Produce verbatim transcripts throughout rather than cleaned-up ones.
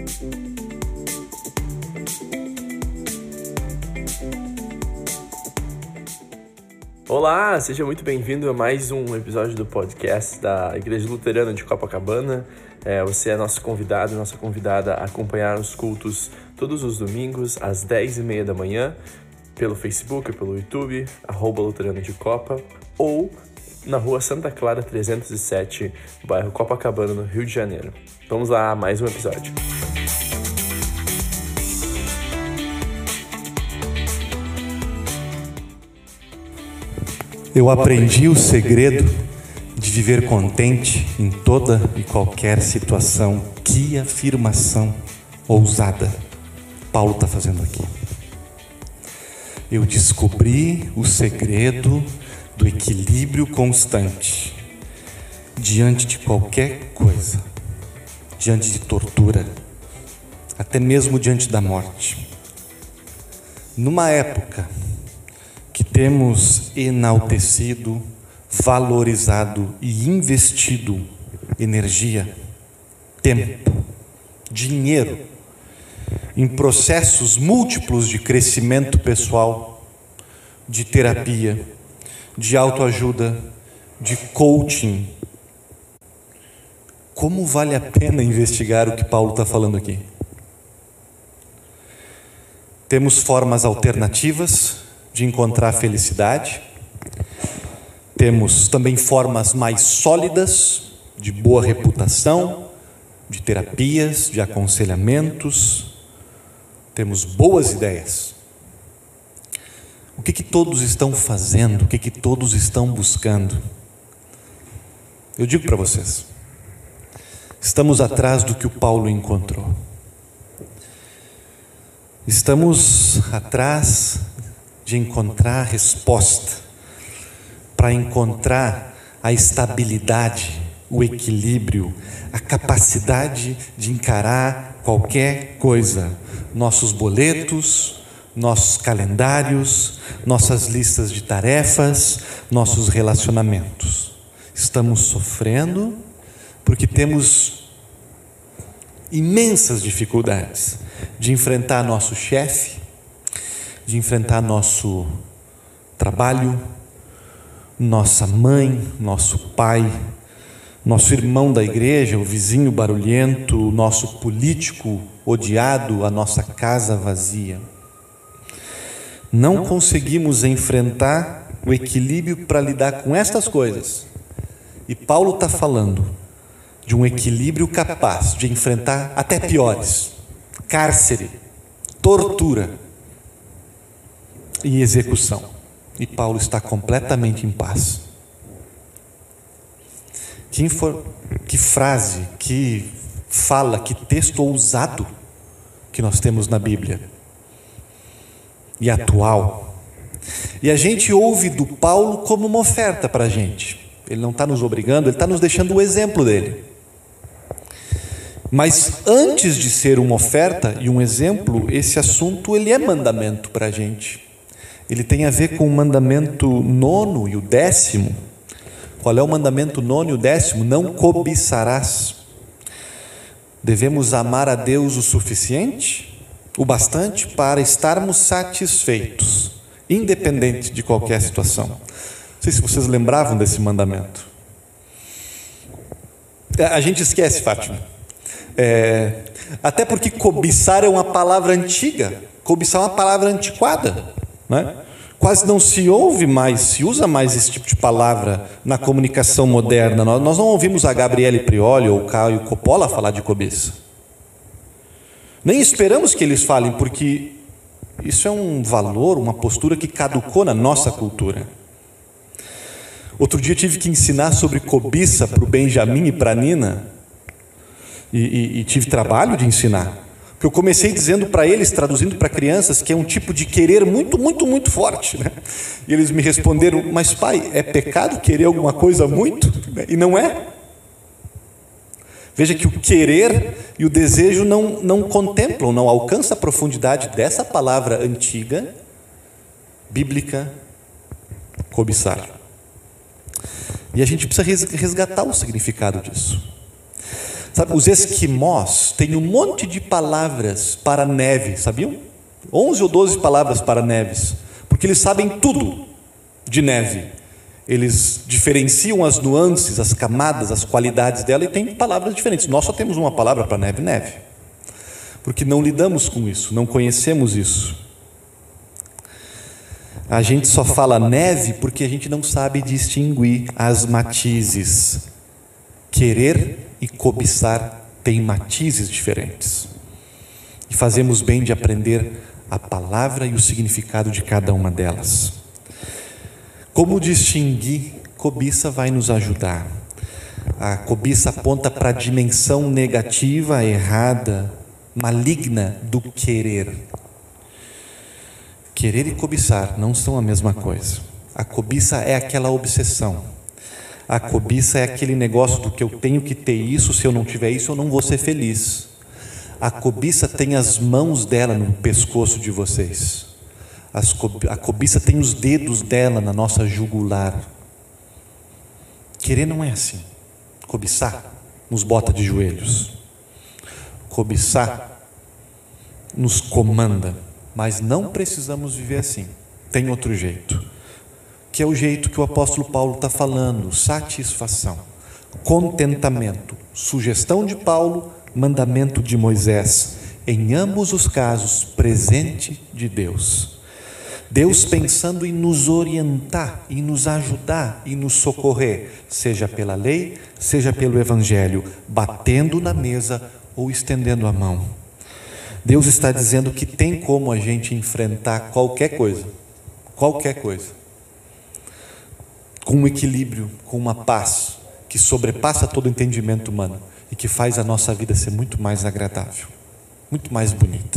Olá, seja muito bem-vindo a mais um episódio do podcast da Igreja Luterana de Copacabana. É, você é nosso convidado, nossa convidada a acompanhar os cultos todos os domingos às dez e meia da manhã pelo Facebook, pelo YouTube, arroba Luterano de Copa, ou na rua Santa Clara trezentos e sete, bairro Copacabana, no Rio de Janeiro. Vamos lá a mais um episódio. Eu aprendi o segredo de viver contente em toda e qualquer situação. Que afirmação ousada Paulo está fazendo aqui. Eu descobri o segredo do equilíbrio constante diante de qualquer coisa, diante de tortura, até mesmo diante da morte. Numa época que temos enaltecido, valorizado e investido energia, tempo, dinheiro em processos múltiplos de crescimento pessoal, de terapia, de autoajuda, de coaching. Como vale a pena investigar o que Paulo está falando aqui? Temos formas alternativas de encontrar felicidade. Temos também formas mais sólidas, de boa reputação, de terapias, de aconselhamentos. Temos boas ideias. O que que todos estão fazendo? O que que todos estão buscando? Eu digo para vocês, estamos atrás do que o Paulo encontrou. Estamos atrás de encontrar a resposta, para encontrar a estabilidade, o equilíbrio, a capacidade de encarar qualquer coisa, nossos boletos, nossos calendários, nossas listas de tarefas, nossos relacionamentos. Estamos sofrendo porque temos imensas dificuldades de enfrentar nosso chefe, de enfrentar nosso trabalho, nossa mãe, nosso pai, nosso irmão da igreja, o vizinho barulhento, o nosso político odiado, a nossa casa vazia. Não conseguimos enfrentar o equilíbrio para lidar com estas coisas. E Paulo está falando de um equilíbrio capaz de enfrentar até piores: cárcere, tortura e execução. E Paulo está completamente em paz. Que, infor... que frase, que fala, que texto ousado que nós temos na Bíblia. E atual. E a gente ouve do Paulo como uma oferta para a gente. Ele não está nos obrigando, ele está nos deixando o exemplo dele. Mas antes de ser uma oferta e um exemplo, esse assunto ele é mandamento para a gente. Ele tem a ver com o mandamento nono e o décimo. Qual é o mandamento nono e o décimo? Não cobiçarás. Devemos amar a Deus o suficiente, o bastante, para estarmos satisfeitos, independente de qualquer situação. Não sei se vocês lembravam desse mandamento. A gente esquece, Fátima. É, até porque cobiçar é uma palavra antiga. Cobiçar é uma palavra antiquada. Né? Quase não se ouve mais, se usa mais esse tipo de palavra na comunicação moderna. Nós não ouvimos a Gabriele Prioli ou o Caio Coppola falar de cobiça. Nem esperamos que eles falem, porque isso é um valor, uma postura que caducou na nossa cultura. Outro dia eu tive que ensinar sobre cobiça para o Benjamin e para a Nina, e, e, e tive trabalho de ensinar. Que eu comecei dizendo para eles, traduzindo para crianças, que é um tipo de querer muito, muito, muito forte, né? E eles me responderam: mas pai, é pecado querer alguma coisa muito? E não é. Veja que o querer e o desejo não, não contemplam, não alcançam a profundidade dessa palavra antiga, bíblica, cobiçar. E a gente precisa resgatar o significado disso. Sabe, os esquimós têm um monte de palavras para neve, sabiam? onze ou doze palavras para neves, porque eles sabem tudo de neve. Eles diferenciam as nuances, as camadas, as qualidades dela e têm palavras diferentes. Nós só temos uma palavra para neve, neve, porque não lidamos com isso, não conhecemos isso. A gente só fala neve porque a gente não sabe distinguir as matizes. Querer e cobiçar têm matizes diferentes. E fazemos bem de aprender a palavra e o significado de cada uma delas. Como distinguir? Cobiça vai nos ajudar. A cobiça aponta para a dimensão negativa, errada, maligna do querer. Querer e cobiçar não são a mesma coisa. A cobiça é aquela obsessão. A cobiça é aquele negócio do que eu tenho que ter isso, se eu não tiver isso eu não vou ser feliz. A cobiça tem as mãos dela no pescoço de vocês. A cobiça tem os dedos dela na nossa jugular. Querer não é assim. Cobiçar nos bota de joelhos. Cobiçar nos comanda. Mas não precisamos viver assim. Tem outro jeito, que é o jeito que o apóstolo Paulo está falando: satisfação, contentamento, sugestão de Paulo, mandamento de Moisés. Em ambos os casos, presente de Deus. Deus pensando em nos orientar, em nos ajudar, em nos socorrer, seja pela lei, seja pelo evangelho, batendo na mesa ou estendendo a mão. Deus está dizendo que tem como a gente enfrentar qualquer coisa, qualquer coisa, com um equilíbrio, com uma paz que sobrepassa todo o entendimento humano e que faz a nossa vida ser muito mais agradável, muito mais bonita.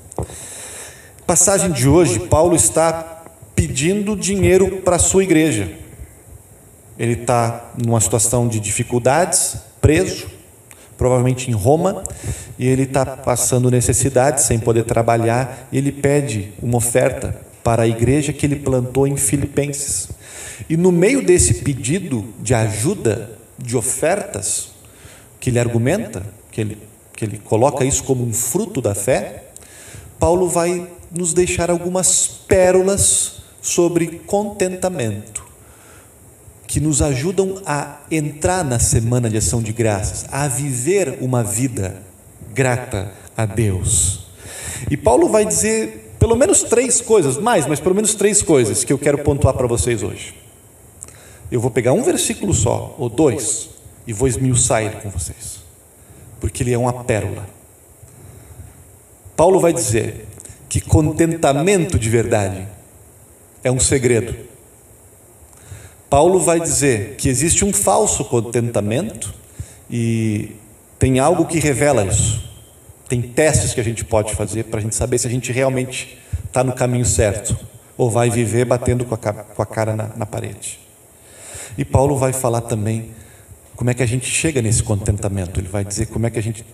Passagem de hoje, Paulo está pedindo dinheiro para a sua igreja. Ele está numa situação de dificuldades, preso, provavelmente em Roma, e ele está passando necessidade, sem poder trabalhar, e ele pede uma oferta para a igreja que ele plantou em Filipenses. E no meio desse pedido de ajuda, de ofertas, que ele argumenta, que ele, que ele coloca isso como um fruto da fé, Paulo vai nos deixar algumas pérolas sobre contentamento, que nos ajudam a entrar na semana de ação de graças, a viver uma vida grata a Deus. E Paulo vai dizer pelo menos três coisas, mais, mas pelo menos três coisas que eu quero pontuar para vocês hoje. Eu vou pegar um versículo só, ou dois, e vou esmiuçar ele com vocês, porque ele é uma pérola. Paulo vai dizer que contentamento de verdade é um segredo. Paulo vai dizer que existe um falso contentamento e tem algo que revela isso. Tem testes que a gente pode fazer para a gente saber se a gente realmente está no caminho certo ou vai viver batendo com a, com a cara na, na parede. E Paulo vai falar também como é que a gente chega nesse contentamento. Ele vai dizer como é que a gente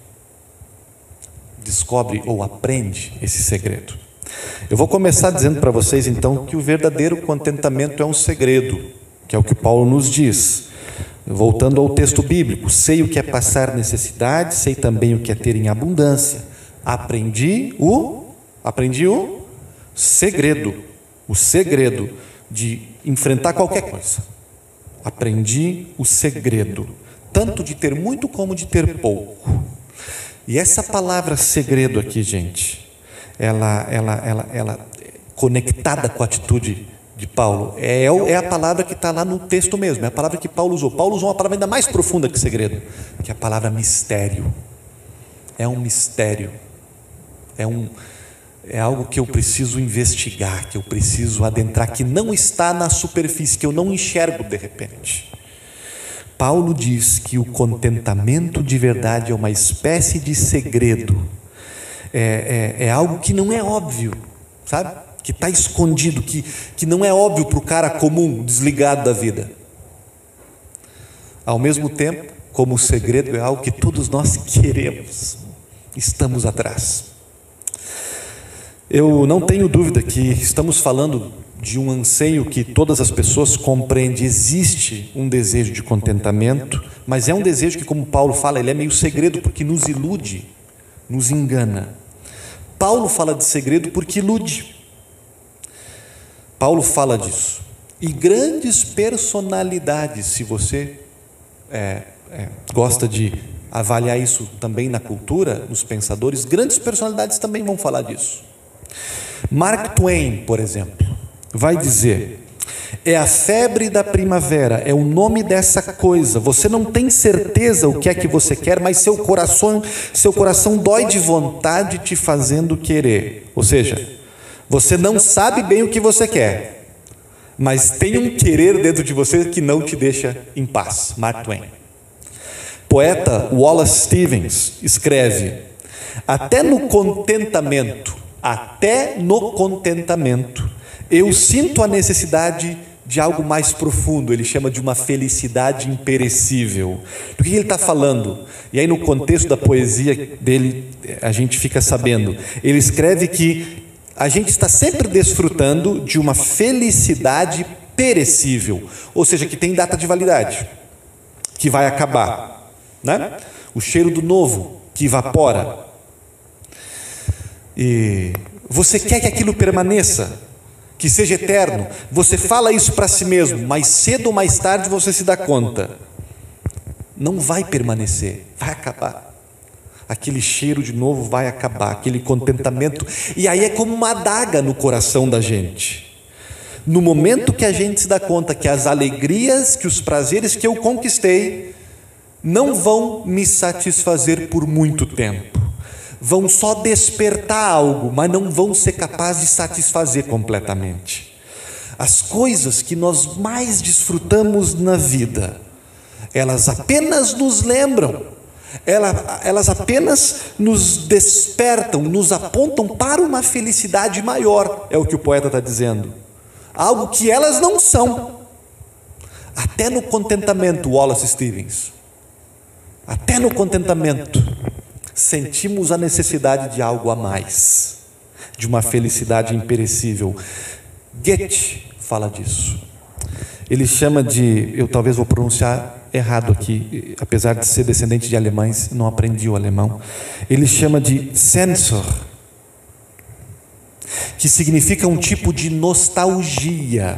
descobre ou aprende esse segredo. Eu vou começar dizendo para vocês então que o verdadeiro contentamento é um segredo, que é o que Paulo nos diz. Voltando ao texto bíblico: sei o que é passar necessidade, sei também o que é ter em abundância. Aprendi o, aprendi o segredo, o segredo de enfrentar qualquer coisa. Aprendi o segredo, tanto de ter muito como de ter pouco. E essa palavra segredo aqui, gente, ela, ela, ela, ela conectada com a atitude de Paulo, é, é a palavra que está lá no texto mesmo, é a palavra que Paulo usou. Paulo usou uma palavra ainda mais profunda que segredo, que é a palavra mistério. É um mistério, é, um, é algo que eu preciso investigar, que eu preciso adentrar, que não está na superfície, que eu não enxergo de repente. Paulo diz que o contentamento de verdade é uma espécie de segredo, é, é, é algo que não é óbvio, sabe? Que está escondido, que, que não é óbvio para o cara comum, desligado da vida. Ao mesmo tempo, como o segredo é algo que todos nós queremos, estamos atrás. Eu não tenho dúvida que estamos falando de um anseio que todas as pessoas compreendem. Existe um desejo de contentamento, mas é um desejo que, como Paulo fala, ele é meio segredo porque nos ilude, nos engana. Paulo fala de segredo porque ilude. Paulo fala disso. E grandes personalidades, se você é, é, gosta de avaliar isso também na cultura, nos pensadores, grandes personalidades também vão falar disso. Mark Twain, por exemplo, vai dizer: é a febre da primavera, é o nome dessa coisa. Você não tem certeza o que é que você quer, mas seu coração, seu coração dói de vontade te fazendo querer. Ou seja, você não sabe bem o que você quer, mas tem um querer dentro de você que não te deixa em paz. Mark Twain. Poeta Wallace Stevens escreve: até no contentamento, até no contentamento, eu sinto a necessidade de algo mais profundo. Ele chama de uma felicidade imperecível. Do que ele está falando? E aí, no contexto da poesia dele, a gente fica sabendo. Ele escreve que a gente está sempre desfrutando de uma felicidade perecível, ou seja, que tem data de validade, que vai acabar, né? O cheiro do novo, que evapora. E você quer que aquilo permaneça, que seja eterno. Você fala isso para si mesmo, mas cedo ou mais tarde você se dá conta: não vai permanecer, vai acabar. Aquele cheiro de novo vai acabar, aquele contentamento. E aí é como uma adaga no coração da gente. No momento que a gente se dá conta que as alegrias, que os prazeres que eu conquistei não vão me satisfazer por muito tempo, vão só despertar algo, mas não vão ser capazes de satisfazer completamente. As coisas que nós mais desfrutamos na vida, elas apenas nos lembram, elas apenas nos despertam, nos apontam para uma felicidade maior, é o que o poeta está dizendo. Algo que elas não são. Até no contentamento, Wallace Stevens, até no contentamento, sentimos a necessidade de algo a mais, de uma felicidade imperecível. Goethe fala disso. Ele chama de, eu talvez vou pronunciar errado aqui, apesar de ser descendente de alemães, não aprendi o alemão. Ele chama de Sehnsucht, que significa um tipo de nostalgia.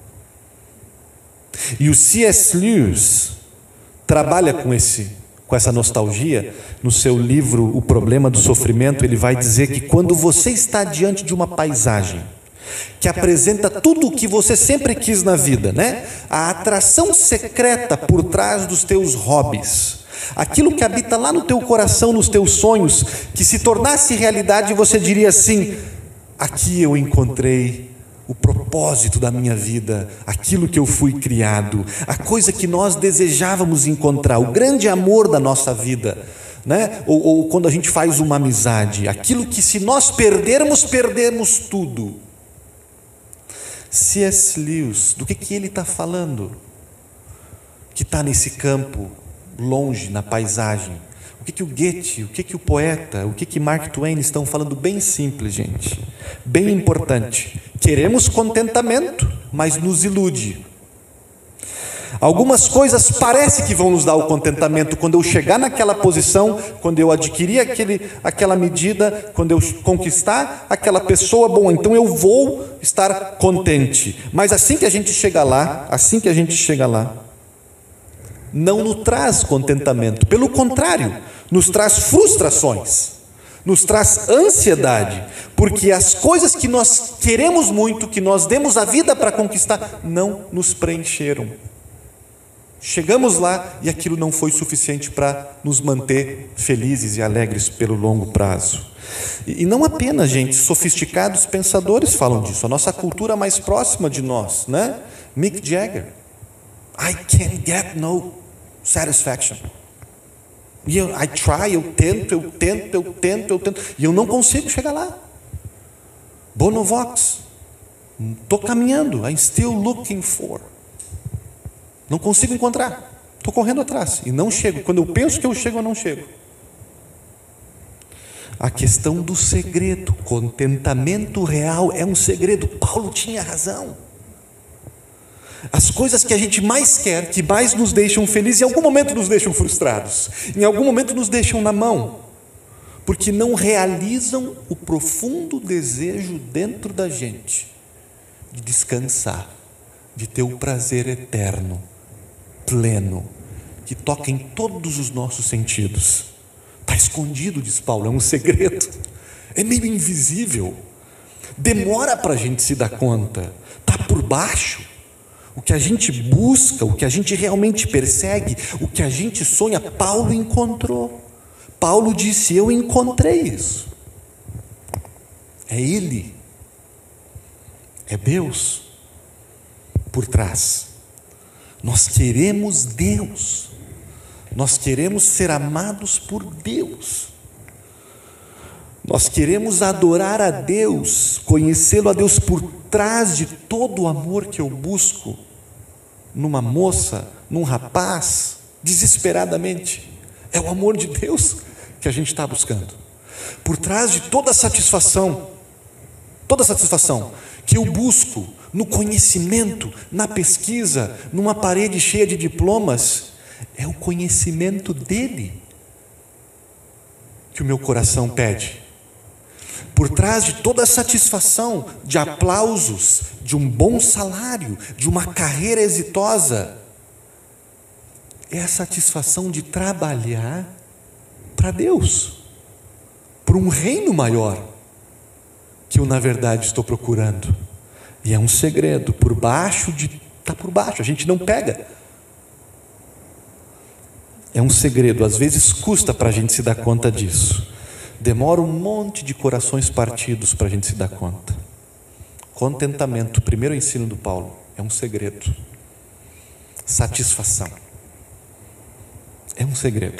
E o C S Lewis trabalha com esse com essa nostalgia. No seu livro O Problema do Sofrimento, ele vai dizer que quando você está diante de uma paisagem que apresenta tudo o que você sempre quis na vida, né? A atração secreta por trás dos teus hobbies, aquilo que habita lá no teu coração, nos teus sonhos, que se tornasse realidade, você diria assim: aqui eu encontrei o propósito da minha vida, aquilo que eu fui criado, a coisa que nós desejávamos encontrar, o grande amor da nossa vida, né? Ou, ou quando a gente faz uma amizade, aquilo que se nós perdermos, perdemos tudo. C S Lewis, do que, que ele está falando? Que está nesse campo, longe, na paisagem. O que, que o Goethe, o que, que o poeta, o que, que Mark Twain estão falando? Bem simples, gente, bem importante. Queremos contentamento, mas nos ilude. Algumas coisas parece que vão nos dar o contentamento. Quando eu chegar naquela posição, quando eu adquirir aquele, aquela medida, quando eu conquistar aquela pessoa, bom, então eu vou estar contente. Mas assim que a gente chega lá, assim que a gente chega lá, não nos traz contentamento. Pelo contrário, nos traz frustrações, nos traz ansiedade, porque as coisas que nós queremos muito, que nós demos a vida para conquistar, não nos preencheram. Chegamos lá e aquilo não foi suficiente para nos manter felizes e alegres pelo longo prazo. E não apenas, gente, sofisticados pensadores falam disso. A nossa cultura mais próxima de nós, né? Mick Jagger. I can't get no satisfaction. E eu, I try, eu tento, eu tento, eu tento, eu tento, e eu não consigo chegar lá. Bono Vox. Estou caminhando. I'm still looking for. Não consigo encontrar. Estou correndo atrás e não chego. Quando eu penso que eu chego, eu não chego. a questão do segredo. Contentamento real é um segredo. Paulo tinha razão. As coisas que a gente mais quer, que mais nos deixam felizes, em algum momento nos deixam frustrados, em algum momento nos deixam na mão, porque não realizam o profundo desejo dentro da gente de descansar, de ter o prazer eterno, pleno, que toca em todos os nossos sentidos. Está escondido, diz Paulo, é um segredo, é meio invisível, demora para a gente se dar conta, está por baixo. O que a gente busca, o que a gente realmente persegue, o que a gente sonha, Paulo encontrou. Paulo disse: eu encontrei isso. É Ele, é Deus por trás. Nós queremos Deus, nós queremos ser amados por Deus, nós queremos adorar a Deus, conhecê-lo a Deus por trás de todo o amor que eu busco numa moça, num rapaz, desesperadamente. É o amor de Deus que a gente está buscando. Por trás de toda a satisfação, toda a satisfação que eu busco no conhecimento, na pesquisa, numa parede cheia de diplomas, é o conhecimento dele que o meu coração pede. Por trás de toda a satisfação de aplausos, de um bom salário, de uma carreira exitosa, é a satisfação de trabalhar para Deus, para um reino maior, que eu na verdade estou procurando. E é um segredo, por baixo de... está por baixo, a gente não pega. É um segredo, às vezes custa para a gente se dar conta disso. Demora um monte de corações partidos para a gente se dar conta. Contentamento, primeiro ensino do Paulo, é um segredo. Satisfação. É um segredo.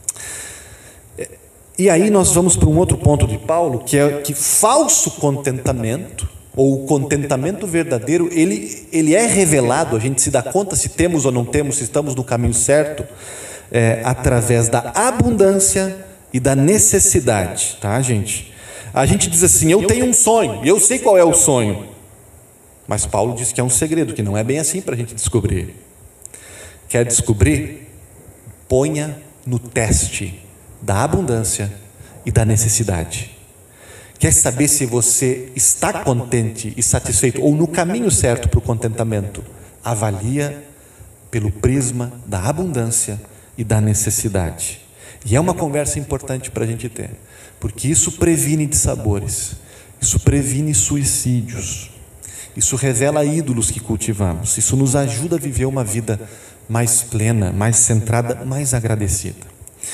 E aí nós vamos para um outro ponto de Paulo, que é que falso contentamento, ou o contentamento verdadeiro, ele, ele é revelado, a gente se dá conta se temos ou não temos, se estamos no caminho certo, é, através da abundância e da necessidade, tá, gente? A gente diz assim: eu tenho um sonho, e eu sei qual é o sonho. Mas Paulo diz que é um segredo, que não é bem assim para a gente descobrir. Quer descobrir? Ponha no teste da abundância e da necessidade. Quer saber se você está contente e satisfeito, ou no caminho certo para o contentamento? Avalia pelo prisma da abundância e da necessidade. E é uma conversa importante para a gente ter, porque isso previne dissabores, isso previne suicídios, isso revela ídolos que cultivamos, isso nos ajuda a viver uma vida mais plena, mais centrada, mais agradecida.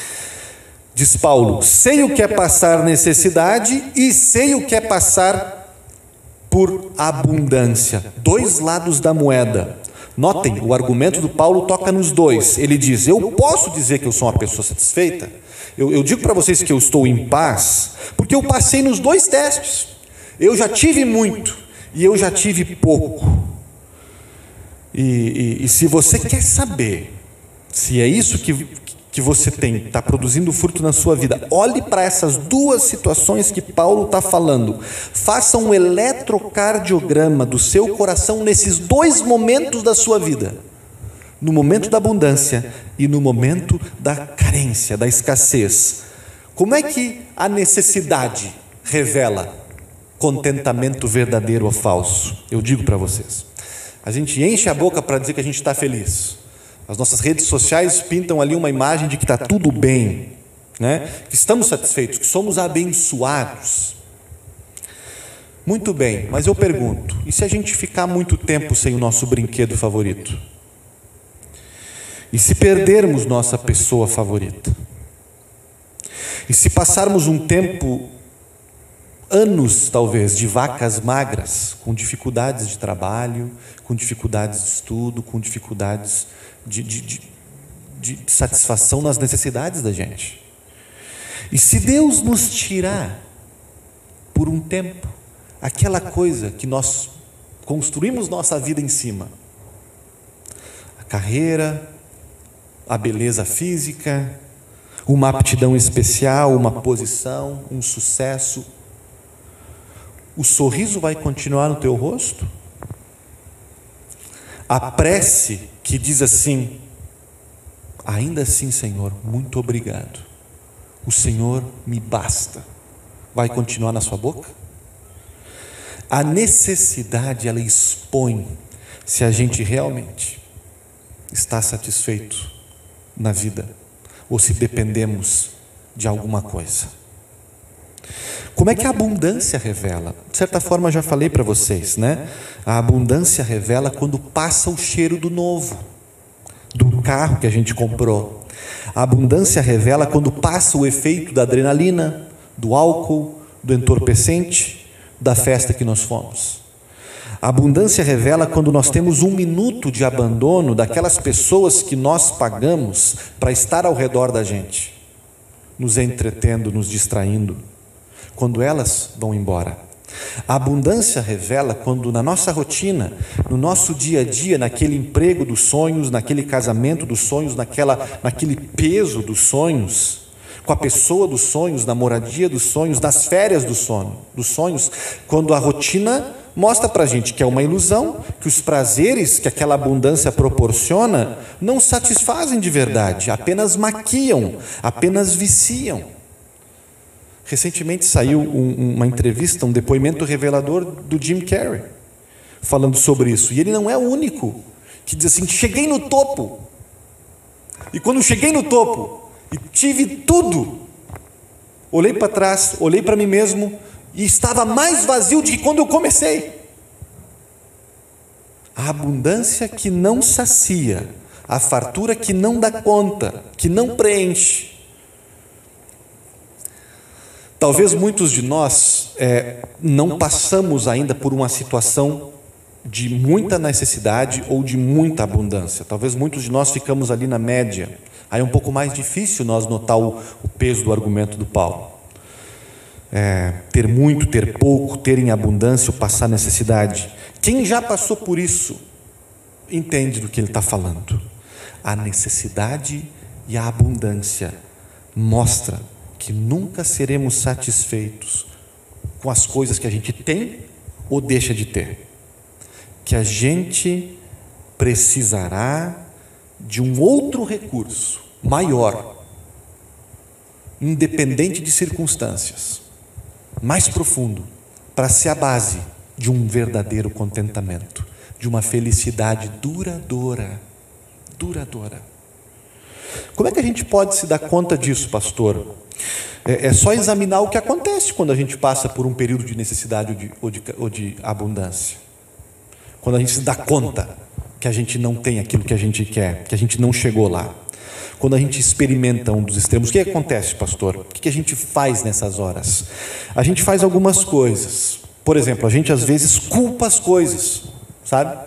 Diz Paulo: sei o que é passar necessidade e sei o que é passar por abundância. Dois lados da moeda. Notem, o argumento do Paulo toca nos dois. Ele diz: eu posso dizer que eu sou uma pessoa satisfeita? Eu, eu digo para vocês que eu estou em paz, porque eu passei nos dois testes. Eu já tive muito e eu já tive pouco. E, e, e se você quer saber se é isso que, que você tem, está produzindo fruto na sua vida, olhe para essas duas situações que Paulo está falando. Faça um eletrocardiograma do seu coração nesses dois momentos da sua vida. No momento da abundância e no momento da carência, da escassez. Como é que a necessidade revela contentamento verdadeiro ou falso? Eu digo para vocês. A gente enche a boca para dizer que a gente está feliz. As nossas redes sociais pintam ali uma imagem de que está tudo bem, né? Que estamos satisfeitos, que somos abençoados. Muito bem, mas eu pergunto, e se a gente ficar muito tempo sem o nosso brinquedo favorito? E se perdermos nossa pessoa favorita? E se passarmos um tempo, anos talvez, de vacas magras, com dificuldades de trabalho, com dificuldades de estudo, com dificuldades de, de, de, de satisfação nas necessidades da gente? E se Deus nos tirar por um tempo aquela coisa que nós construímos nossa vida em cima, a carreira, a beleza física, uma aptidão especial, uma posição, um sucesso. O sorriso vai continuar no teu rosto? A prece que diz assim: ainda assim, Senhor, muito obrigado. O Senhor me basta. Vai continuar na sua boca? A necessidade, ela expõe se a gente realmente está satisfeito na vida ou se dependemos de alguma coisa. Como é que a abundância revela? De certa forma, já falei para vocês, né? A abundância revela quando passa o cheiro do novo, do carro que a gente comprou. A abundância revela quando passa o efeito da adrenalina, do álcool, do entorpecente, da festa que nós fomos. A abundância revela quando nós temos um minuto de abandono daquelas pessoas que nós pagamos para estar ao redor da gente, nos entretendo, nos distraindo, quando elas vão embora. A abundância revela quando na nossa rotina, no nosso dia a dia, naquele emprego dos sonhos, naquele casamento dos sonhos, naquela, naquele peso dos sonhos, com a pessoa dos sonhos, na moradia dos sonhos, nas férias do sono, dos sonhos, quando a rotina mostra para a gente que é uma ilusão, que os prazeres que aquela abundância proporciona não satisfazem de verdade, apenas maquiam, apenas viciam. Recentemente saiu um, uma entrevista, um depoimento revelador do Jim Carrey, falando sobre isso. E ele não é o único que diz assim: cheguei no topo. E quando cheguei no topo e tive tudo, olhei para trás, olhei para mim mesmo e estava mais vazio do que quando eu comecei. A abundância que não sacia, a fartura que não dá conta, que não preenche. Talvez muitos de nós é, não passamos ainda por uma situação de muita necessidade ou de muita abundância. Talvez muitos de nós ficamos ali na média. Aí é um pouco mais difícil nós notar o, o peso do argumento do Paulo. É, ter muito, ter pouco, ter em abundância ou passar necessidade. Quem já passou por isso entende do que ele está falando. A necessidade e a abundância mostra que nunca seremos satisfeitos com as coisas que a gente tem ou deixa de ter. Que a gente precisará de um outro recurso maior, independente de circunstâncias, mais profundo, para ser a base de um verdadeiro contentamento, de uma felicidade duradoura, duradoura. Como é que a gente pode se dar conta disso, pastor? É, é só examinar o que acontece quando a gente passa por um período de necessidade ou de, ou de, ou de abundância. Quando a gente se dá conta que a gente não tem aquilo que a gente quer, que a gente não chegou lá. Quando a gente experimenta um dos extremos, o que acontece, pastor? O que a gente faz nessas horas? A gente faz algumas coisas. Por exemplo, a gente às vezes culpa as coisas, sabe?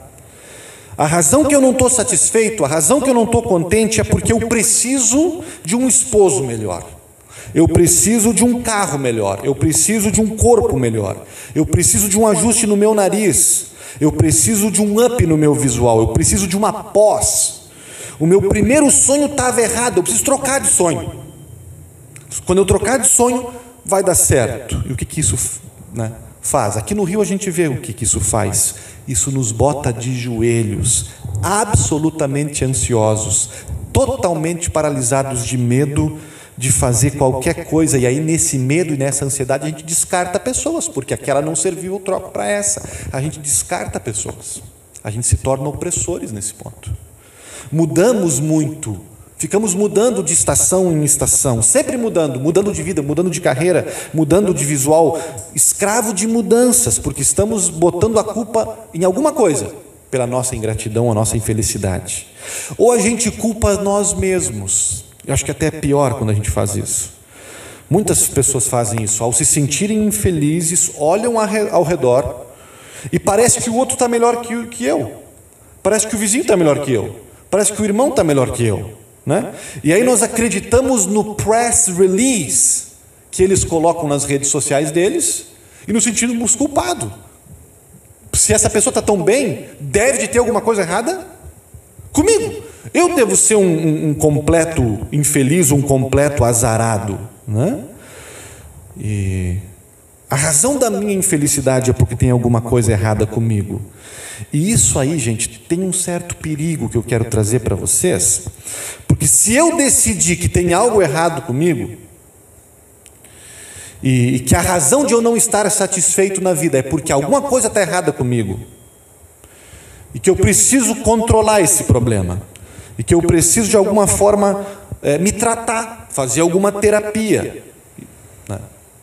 A razão que eu não estou satisfeito, a razão que eu não estou contente é porque eu preciso de um esposo melhor. Eu preciso de um carro melhor. Eu preciso de um corpo melhor. Eu preciso de um ajuste no meu nariz. Eu preciso de um up no meu visual. Eu preciso de uma pós. O meu primeiro sonho estava errado. Eu preciso trocar de sonho. Quando eu trocar de sonho, vai dar certo. E o que, que isso, né, faz? Aqui no Rio a gente vê o que, que isso faz. Isso nos bota de joelhos, absolutamente ansiosos, totalmente paralisados de medo de fazer qualquer coisa. E aí nesse medo e nessa ansiedade a gente descarta pessoas, porque aquela não serviu, eu troco para essa. A gente descarta pessoas. A gente se torna opressores nesse ponto. Mudamos muito. Ficamos mudando de estação em estação, sempre mudando, mudando de vida, mudando de carreira, mudando de visual, escravo de mudanças, porque estamos botando a culpa em alguma coisa, pela nossa ingratidão, a nossa infelicidade. Ou a gente culpa nós mesmos. Eu acho que até é pior quando a gente faz isso. Muitas pessoas fazem isso, ao se sentirem infelizes, olham ao redor e parece que o outro está melhor que, que eu. Parece que o vizinho está melhor que eu. Parece que o irmão está melhor que eu. Né? E aí nós acreditamos no press release que eles colocam nas redes sociais deles e nos sentimos culpados. Se essa pessoa está tão bem, deve de ter alguma coisa errada comigo. Eu devo ser um, um, um completo infeliz, um completo azarado, né? E a razão da minha infelicidade é porque tem alguma coisa errada comigo. E isso aí, gente, tem um certo perigo que eu quero trazer para vocês, porque se eu decidir que tem algo errado comigo, e, e que a razão de eu não estar satisfeito na vida é porque alguma coisa está errada comigo, e que eu preciso controlar esse problema, e que eu preciso de alguma forma é, me tratar, fazer alguma terapia, né?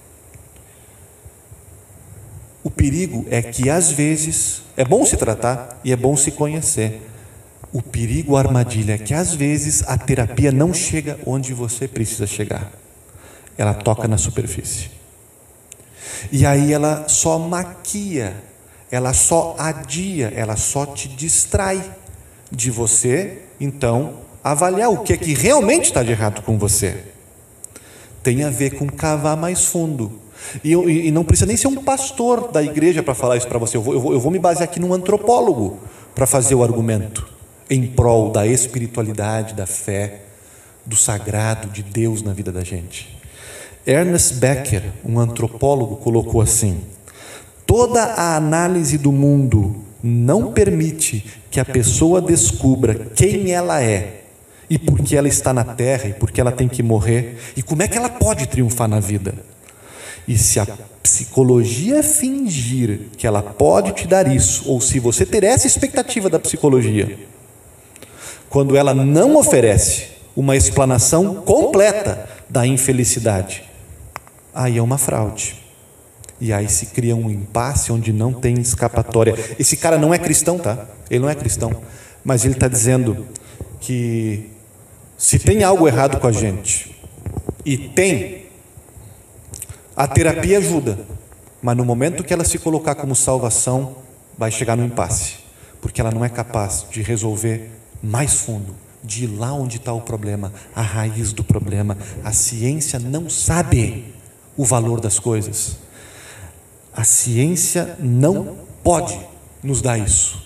O perigo é que às vezes é bom se tratar e é bom se conhecer. O perigo, a armadilha é que às vezes a terapia não chega onde você precisa chegar. Ela toca na superfície. E aí ela só maquia, ela só adia, ela só te distrai de você, então, avaliar o que é que realmente está de errado com você. Tem a ver com cavar mais fundo. E, eu, e não precisa nem ser um pastor da igreja para falar isso para você. Eu vou, eu, vou, eu vou me basear aqui num antropólogo para fazer o argumento em prol da espiritualidade, da fé, do sagrado, de Deus na vida da gente. Ernest Becker, um antropólogo, colocou assim: toda a análise do mundo não permite que a pessoa descubra quem ela é e por que ela está na terra e por que ela tem que morrer e como é que ela pode triunfar na vida. E se a psicologia fingir que ela pode te dar isso, ou se você ter essa expectativa da psicologia, quando ela não oferece uma explanação completa da infelicidade, aí é uma fraude. E aí se cria um impasse onde não tem escapatória. Esse cara não é cristão, tá? Ele não é cristão. Mas ele está dizendo que se tem algo errado com a gente, e tem, a terapia ajuda, mas no momento que ela se colocar como salvação, vai chegar no impasse, porque ela não é capaz de resolver mais fundo, de ir lá onde está o problema, a raiz do problema. A ciência não sabe o valor das coisas. A ciência não pode nos dar isso.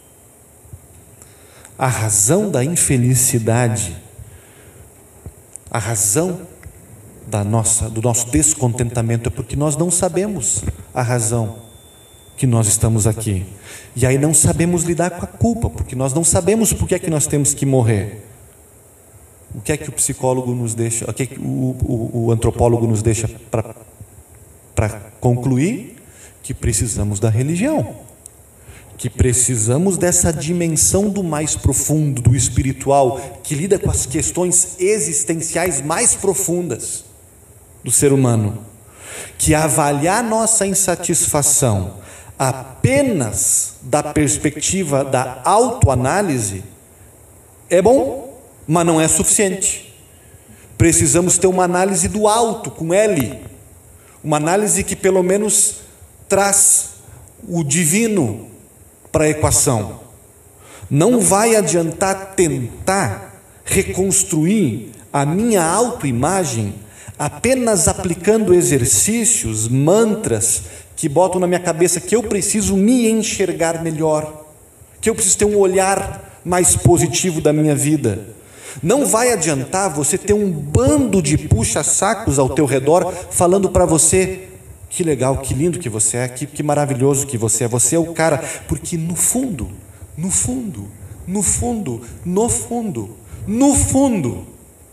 A razão da infelicidade, a razão Da nossa, do nosso descontentamento é porque nós não sabemos a razão que nós estamos aqui. E aí não sabemos lidar com a culpa, porque nós não sabemos por que é que nós temos que morrer. O que é que o psicólogo nos deixa, o que é que o, o, o antropólogo nos deixa para concluir? Que precisamos da religião, que precisamos dessa dimensão do mais profundo, do espiritual, que lida com as questões existenciais mais profundas do ser humano, que avaliar nossa insatisfação apenas da perspectiva da autoanálise é bom, mas não é suficiente. Precisamos ter uma análise do alto, com L, uma análise que pelo menos traz o divino para a equação. Não vai adiantar tentar reconstruir a minha autoimagem apenas aplicando exercícios, mantras que botam na minha cabeça que eu preciso me enxergar melhor, que eu preciso ter um olhar mais positivo da minha vida. Não vai adiantar você ter um bando de puxa-sacos ao teu redor falando para você: que legal, que lindo que você é, que, que maravilhoso que você é, você é o cara. Porque no fundo, no fundo, no fundo, no fundo, no fundo,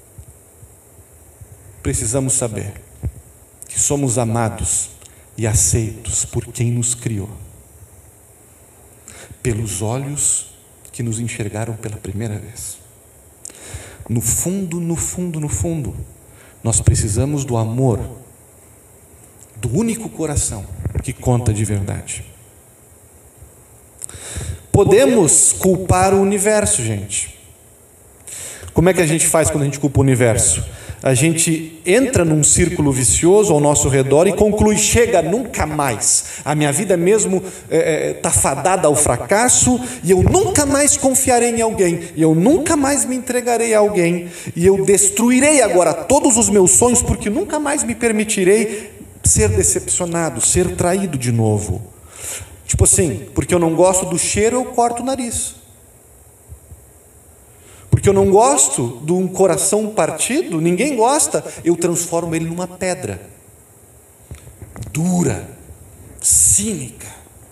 precisamos saber que somos amados e aceitos por quem nos criou, pelos olhos que nos enxergaram pela primeira vez. No fundo, no fundo, no fundo, nós precisamos do amor do único coração que conta de verdade. Podemos culpar o universo, gente. Como é que a gente faz quando a gente culpa o universo? A gente entra num círculo vicioso ao nosso redor e conclui: chega, nunca mais. A minha vida mesmo está é, fadada ao fracasso, e eu nunca mais confiarei em alguém, e eu nunca mais me entregarei a alguém, e eu destruirei agora todos os meus sonhos, porque nunca mais me permitirei ser decepcionado, ser traído de novo. Tipo assim, porque eu não gosto do cheiro, eu corto o nariz. Porque eu não gosto de um coração partido, ninguém gosta, eu transformo ele numa pedra dura, cínica,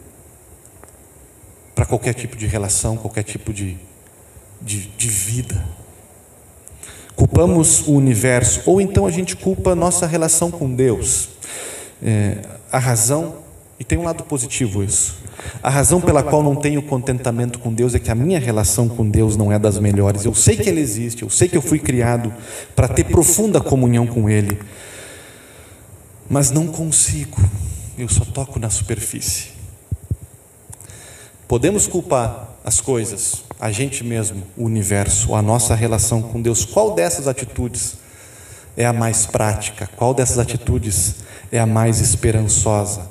para qualquer tipo de relação, qualquer tipo de, de, de vida. Culpamos o universo, ou então a gente culpa a nossa relação com Deus. É, a razão, e tem um lado positivo isso, a razão pela qual não tenho contentamento com Deus é que a minha relação com Deus não é das melhores. Eu sei que Ele existe, eu sei que eu fui criado para ter profunda comunhão com Ele, mas não consigo, eu só toco na superfície. Podemos culpar as coisas, a gente mesmo, o universo, a nossa relação com Deus. Qual dessas atitudes é a mais prática? Qual dessas atitudes é a mais esperançosa?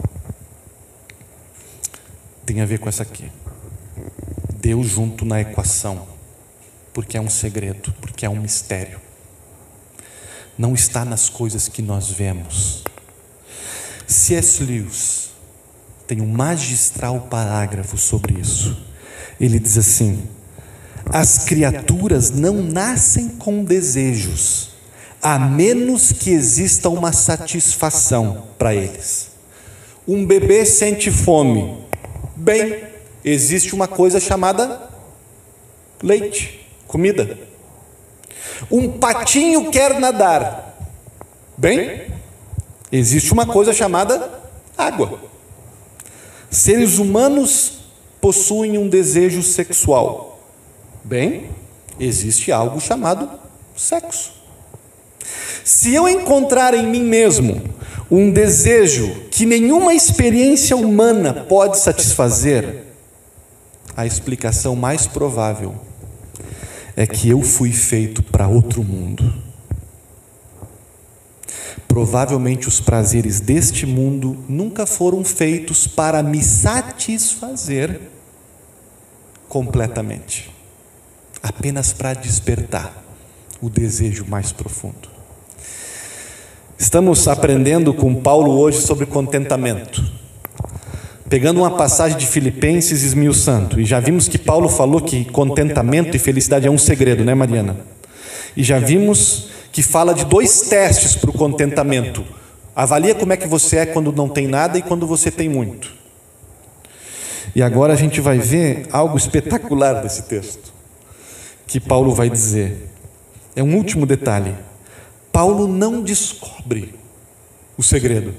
Tem a ver com essa aqui. Deus junto na equação, porque é um segredo, porque é um mistério. Não está nas coisas que nós vemos. C S Lewis tem um magistral parágrafo sobre isso. Ele diz assim: as criaturas não nascem com desejos, a menos que exista uma satisfação para eles. Um bebê sente fome. Bem, existe uma coisa chamada leite, comida. Um patinho quer nadar. Bem, existe uma coisa chamada água. Seres humanos possuem um desejo sexual. Bem, existe algo chamado sexo. Se eu encontrar em mim mesmo um desejo que nenhuma experiência humana pode satisfazer, a explicação mais provável é que eu fui feito para outro mundo. Provavelmente os prazeres deste mundo nunca foram feitos para me satisfazer completamente, apenas para despertar o desejo mais profundo. Estamos aprendendo com Paulo hoje sobre contentamento, pegando uma passagem de Filipenses e esmiuçando. E já vimos que Paulo falou que contentamento e felicidade é um segredo, né, Mariana? E já vimos que fala de dois testes para o contentamento. Avalia como é que você é quando não tem nada e quando você tem muito. E agora a gente vai ver algo espetacular desse texto, que Paulo vai dizer. É um último detalhe. Paulo não descobre o segredo.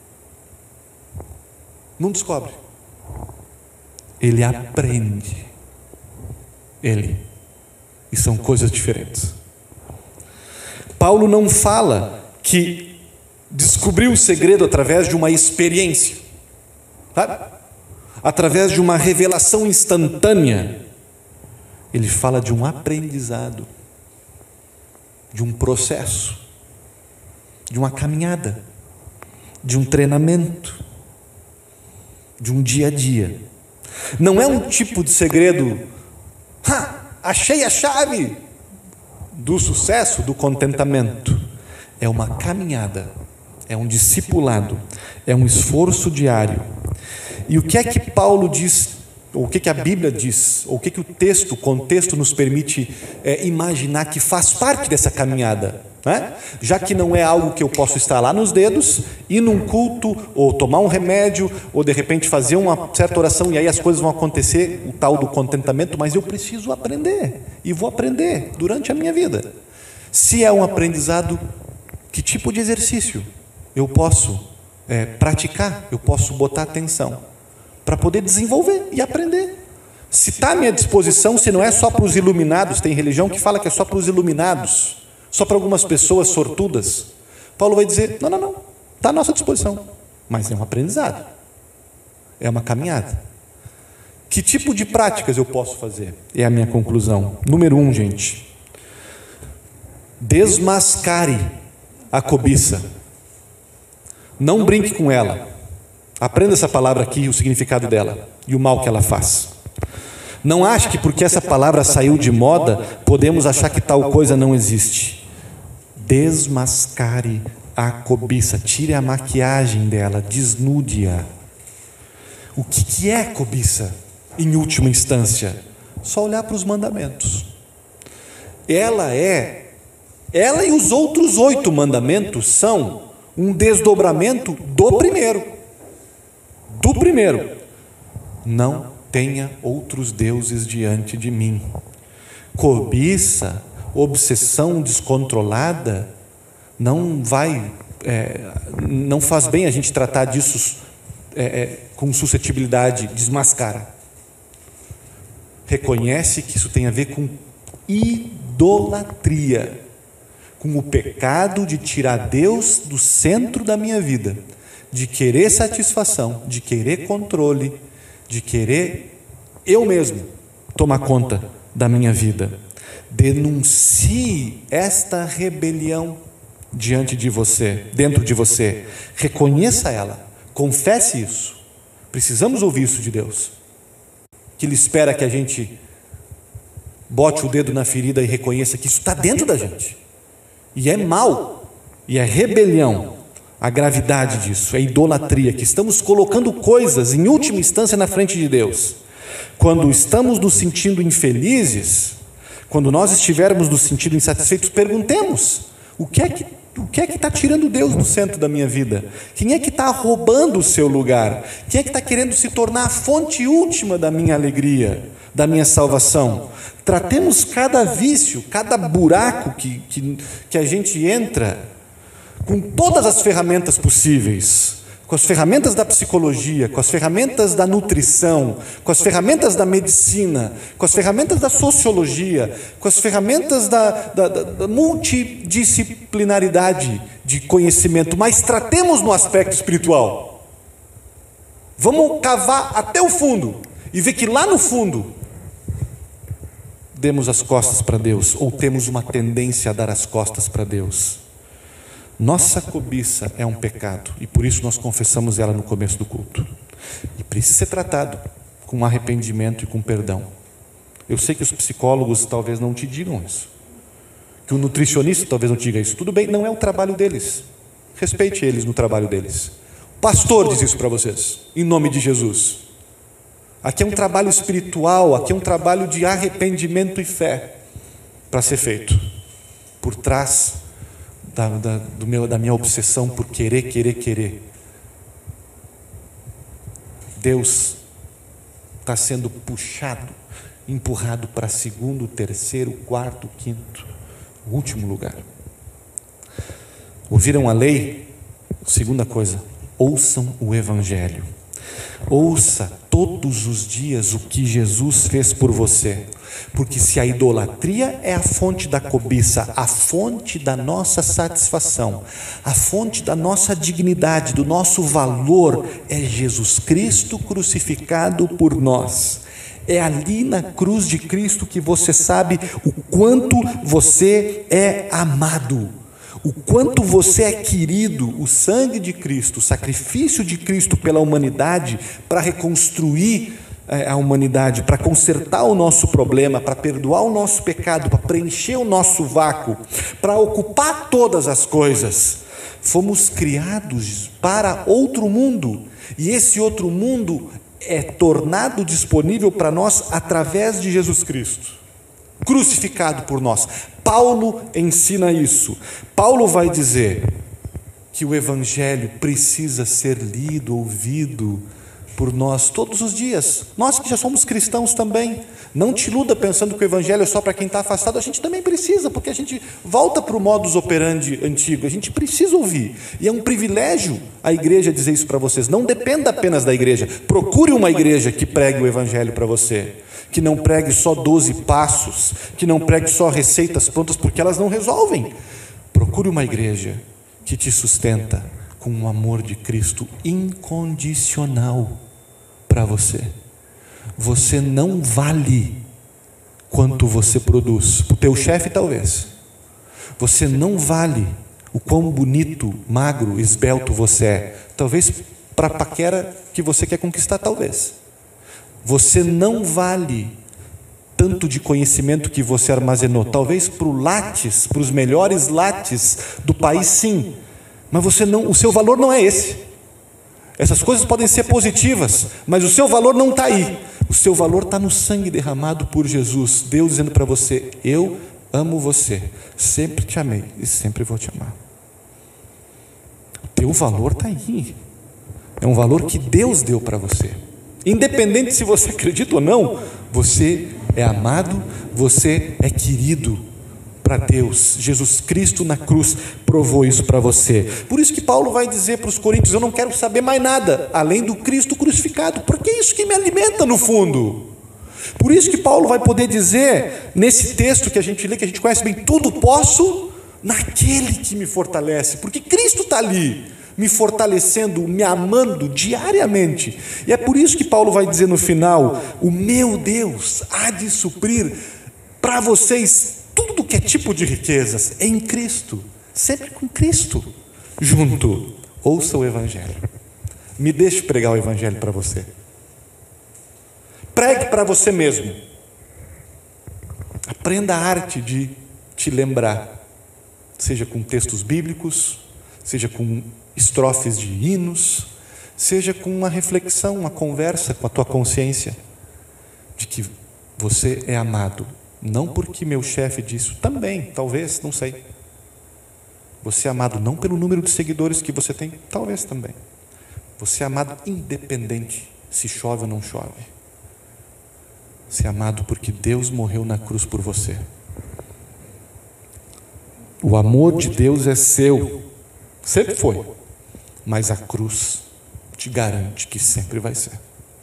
Não descobre. Ele aprende. Ele. E são coisas diferentes. Paulo não fala que descobriu o segredo através de uma experiência, sabe? Através de uma revelação instantânea. Ele fala de um aprendizado, de um processo, de uma caminhada, de um treinamento, de um dia a dia. Não é um tipo de segredo, ha, achei a chave do sucesso, do contentamento. É uma caminhada, é um discipulado, é um esforço diário. E o que é que Paulo diz, ou o que, que a Bíblia diz, ou o que, que o texto, o contexto nos permite é, imaginar que faz parte dessa caminhada, né? Já que não é algo que eu posso estalar nos dedos, ir num culto, ou tomar um remédio, ou de repente fazer uma certa oração e aí as coisas vão acontecer, o tal do contentamento, mas eu preciso aprender, e vou aprender durante a minha vida. Se é um aprendizado, que tipo de exercício eu posso é, praticar, eu posso botar atenção para poder desenvolver e aprender? Se está à minha disposição, se não é só para os iluminados, tem religião que fala que é só para os iluminados, só para algumas pessoas sortudas, Paulo vai dizer, não, não, não, está à nossa disposição, mas é um aprendizado, é uma caminhada. Que tipo de práticas eu posso fazer? É a minha conclusão. Número um, gente, desmascare a cobiça, não brinque com ela. Aprenda essa palavra aqui, o significado dela e o mal que ela faz. Não ache que porque essa palavra saiu de moda, podemos achar que tal coisa não existe. Desmascare a cobiça, tire a maquiagem dela, desnude-a. O que, que é cobiça, em última instância? Só olhar para os mandamentos. ela é, ela e os outros oito mandamentos são um desdobramento do primeiro. Do primeiro. Não tenha outros deuses diante de mim. Cobiça, obsessão descontrolada, não vai, é, não faz bem a gente tratar disso é, é, com suscetibilidade, desmascara. Reconhece que isso tem a ver com idolatria, com o pecado de tirar Deus do centro da minha vida, de querer satisfação, de querer controle, de querer eu mesmo tomar conta da minha vida. Denuncie esta rebelião diante de você, dentro de você. Reconheça ela, confesse isso. Precisamos ouvir isso de Deus, que Ele espera que a gente bote o dedo na ferida e reconheça que isso está dentro da gente. E é mal, e é rebelião. A gravidade disso, é idolatria, que estamos colocando coisas, em última instância, na frente de Deus. Quando estamos nos sentindo infelizes, quando nós estivermos nos sentindo insatisfeitos, perguntemos, o que é que o que é que está tirando Deus do centro da minha vida? Quem é que está roubando o seu lugar? Quem é que está querendo se tornar a fonte última da minha alegria, da minha salvação? Tratemos cada vício, cada buraco que, que, que a gente entra, com todas as ferramentas possíveis, com as ferramentas da psicologia, com as ferramentas da nutrição, com as ferramentas da medicina, com as ferramentas da sociologia, com as ferramentas da, da, da, da multidisciplinaridade de conhecimento, mas tratemos no aspecto espiritual. Vamos cavar até o fundo e ver que lá no fundo demos as costas para Deus, ou temos uma tendência a dar as costas para Deus. Nossa cobiça é um pecado e por isso nós confessamos ela no começo do culto. E precisa ser tratado com arrependimento e com perdão. Eu sei que os psicólogos talvez não te digam isso, que o nutricionista talvez não te diga isso. Tudo bem, não é o trabalho deles. Respeite eles no trabalho deles. O pastor diz isso para vocês, em nome de Jesus. Aqui é um trabalho espiritual, aqui é um trabalho de arrependimento e fé para ser feito. Por trás Da, da, do meu, da minha obsessão por querer, querer, querer. Deus está sendo puxado, empurrado para segundo, terceiro, quarto, quinto, último lugar. Ouviram a lei? Segunda coisa, ouçam o Evangelho. Ouça todos os dias o que Jesus fez por você. Porque se a idolatria é a fonte da cobiça, a fonte da nossa satisfação, a fonte da nossa dignidade, do nosso valor, é Jesus Cristo crucificado por nós. É ali na cruz de Cristo que você sabe o quanto você é amado, o quanto você é querido. O sangue de Cristo, o sacrifício de Cristo pela humanidade para reconstruir a humanidade, para consertar o nosso problema, para perdoar o nosso pecado, para preencher o nosso vácuo, para ocupar todas as coisas. Fomos criados para outro mundo, e esse outro mundo é tornado disponível para nós através de Jesus Cristo, crucificado por nós. Paulo ensina isso. Paulo vai dizer que o Evangelho precisa ser lido, ouvido por nós todos os dias. Nós que já somos cristãos também. Não te iluda pensando que o Evangelho é só para quem está afastado. A gente também precisa, porque a gente volta para o modus operandi antigo. A gente precisa ouvir. E é um privilégio a igreja dizer isso para vocês. Não dependa apenas da igreja. Procure uma igreja que pregue o Evangelho para você, que não pregue só doze passos, que não pregue só receitas prontas, porque elas não resolvem. Procure uma igreja que te sustenta com o amor de Cristo incondicional para você. Você não vale quanto você produz. Para o teu chefe, talvez. Você não vale o quão bonito, magro, esbelto você é. Talvez para a paquera que você quer conquistar, talvez. Você não vale tanto de conhecimento que você armazenou. Talvez para o Lattes, para os melhores Lattes do país, sim. Mas você não, o seu valor não é esse. Essas coisas podem ser positivas, mas o seu valor não está aí. O seu valor está no sangue derramado por Jesus. Deus dizendo para você: eu amo você, sempre te amei e sempre vou te amar. O teu valor está aí. É um valor que Deus deu para você. Independente se você acredita ou não, você é amado, você é querido para Deus. Jesus Cristo na cruz provou isso para você. Por isso que Paulo vai dizer para os coríntios: eu não quero saber mais nada além do Cristo crucificado, porque é isso que me alimenta no fundo. Por isso que Paulo vai poder dizer, nesse texto que a gente lê, que a gente conhece bem: tudo posso naquele que me fortalece, porque Cristo está ali, me fortalecendo, me amando diariamente. E é por isso que Paulo vai dizer no final: o meu Deus há de suprir para vocês tudo que é tipo de riquezas em Cristo, sempre com Cristo junto. Ouça o Evangelho, me deixe pregar o Evangelho para você. Pregue para você mesmo. Aprenda a arte de te lembrar, seja com textos bíblicos, seja com estrofes de hinos, seja com uma reflexão, uma conversa com a tua consciência, de que você é amado, não porque meu chefe disse, também, talvez, não sei. Você é amado não pelo número de seguidores que você tem, talvez também. Você é amado independente se chove ou não chove. Você é amado porque Deus morreu na cruz por você. O amor de Deus é seu, sempre foi, mas a cruz te garante que sempre vai ser.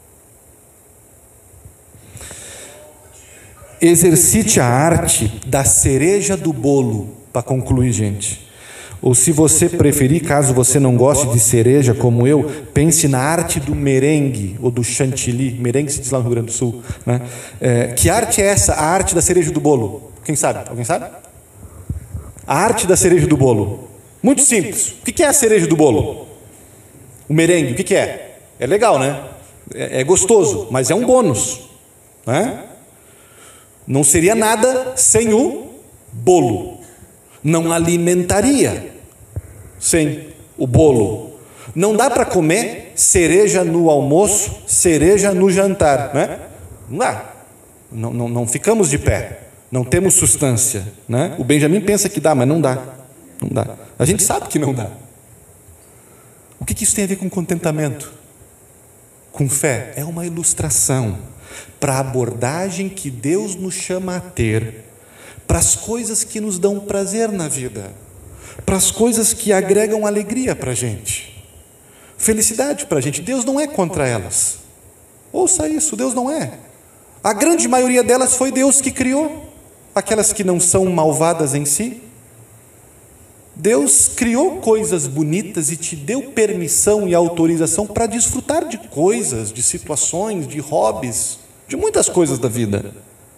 Exercite a arte da cereja do bolo, para concluir, gente. Ou, se você preferir, caso você não goste de cereja como eu, pense na arte do merengue ou do chantilly. Merengue se diz lá no Rio Grande do Sul, né? É, que arte é essa? A arte da cereja do bolo. Quem sabe? Alguém sabe? A arte da cereja do bolo. Muito simples. O que é a cereja do bolo? O merengue, o que é? É legal, né? É, é gostoso, mas é um bônus, né? Não seria nada sem o bolo. Não alimentaria sem o bolo. Não dá para comer cereja no almoço, cereja no jantar, né? Não dá. Não, não, não ficamos de pé. Não temos sustância, né? O Benjamin pensa que dá, mas não dá. Não dá. A gente sabe que não dá. O que isso tem a ver com contentamento? Com fé? É uma ilustração para a abordagem que Deus nos chama a ter para as coisas que nos dão prazer na vida, para as coisas que agregam alegria para a gente, felicidade para a gente. Deus não é contra elas. Ouça isso, Deus não é. A grande maioria delas foi Deus que criou. Aquelas que não são malvadas em si. Deus criou coisas bonitas e te deu permissão e autorização para desfrutar de coisas, de situações, de hobbies, de muitas coisas da vida.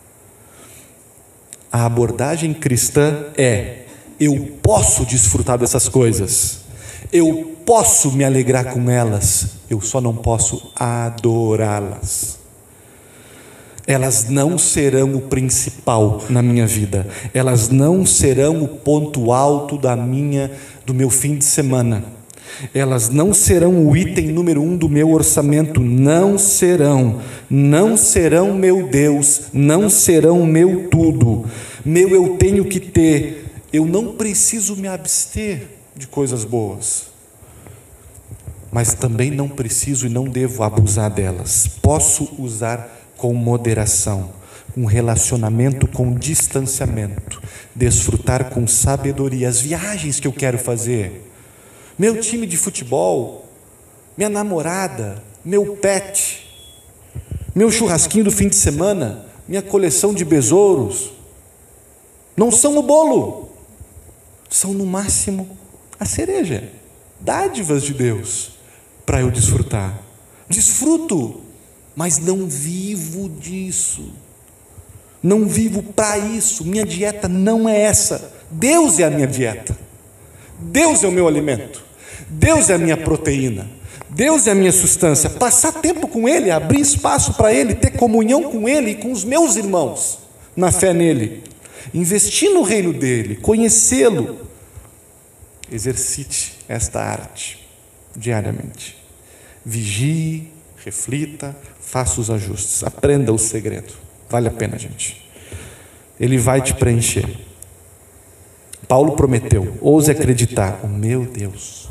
A abordagem cristã é: eu posso desfrutar dessas coisas, eu posso me alegrar com elas, eu só não posso adorá-las. Elas não serão o principal na minha vida, elas não serão o ponto alto da minha, do meu fim de semana, elas não serão o item número um do meu orçamento, não serão, não serão meu Deus, não serão meu tudo. Meu eu tenho que ter, eu não preciso me abster de coisas boas, mas também não preciso e não devo abusar delas. Posso usar com moderação, um relacionamento com distanciamento, desfrutar com sabedoria as viagens que eu quero fazer, meu time de futebol, minha namorada, meu pet, meu churrasquinho do fim de semana, minha coleção de besouros. Não são o bolo, são no máximo a cereja, dádivas de Deus para eu desfrutar. Desfruto, mas não vivo disso, não vivo para isso. Minha dieta não é essa. Deus é a minha dieta, Deus é o meu alimento, Deus é a minha proteína, Deus é a minha sustância. Passar tempo com Ele, abrir espaço para Ele, ter comunhão com Ele e com os meus irmãos na fé nele, investir no reino dele, conhecê-lo. Exercite esta arte diariamente. Vigie, reflita, faça os ajustes, aprenda o segredo. Vale a pena, gente. Ele vai te preencher. Paulo prometeu, ouse acreditar, o meu Deus,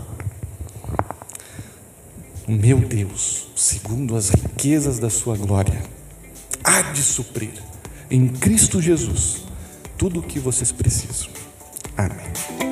o meu Deus, segundo as riquezas da sua glória, há de suprir em Cristo Jesus tudo o que vocês precisam. Amém.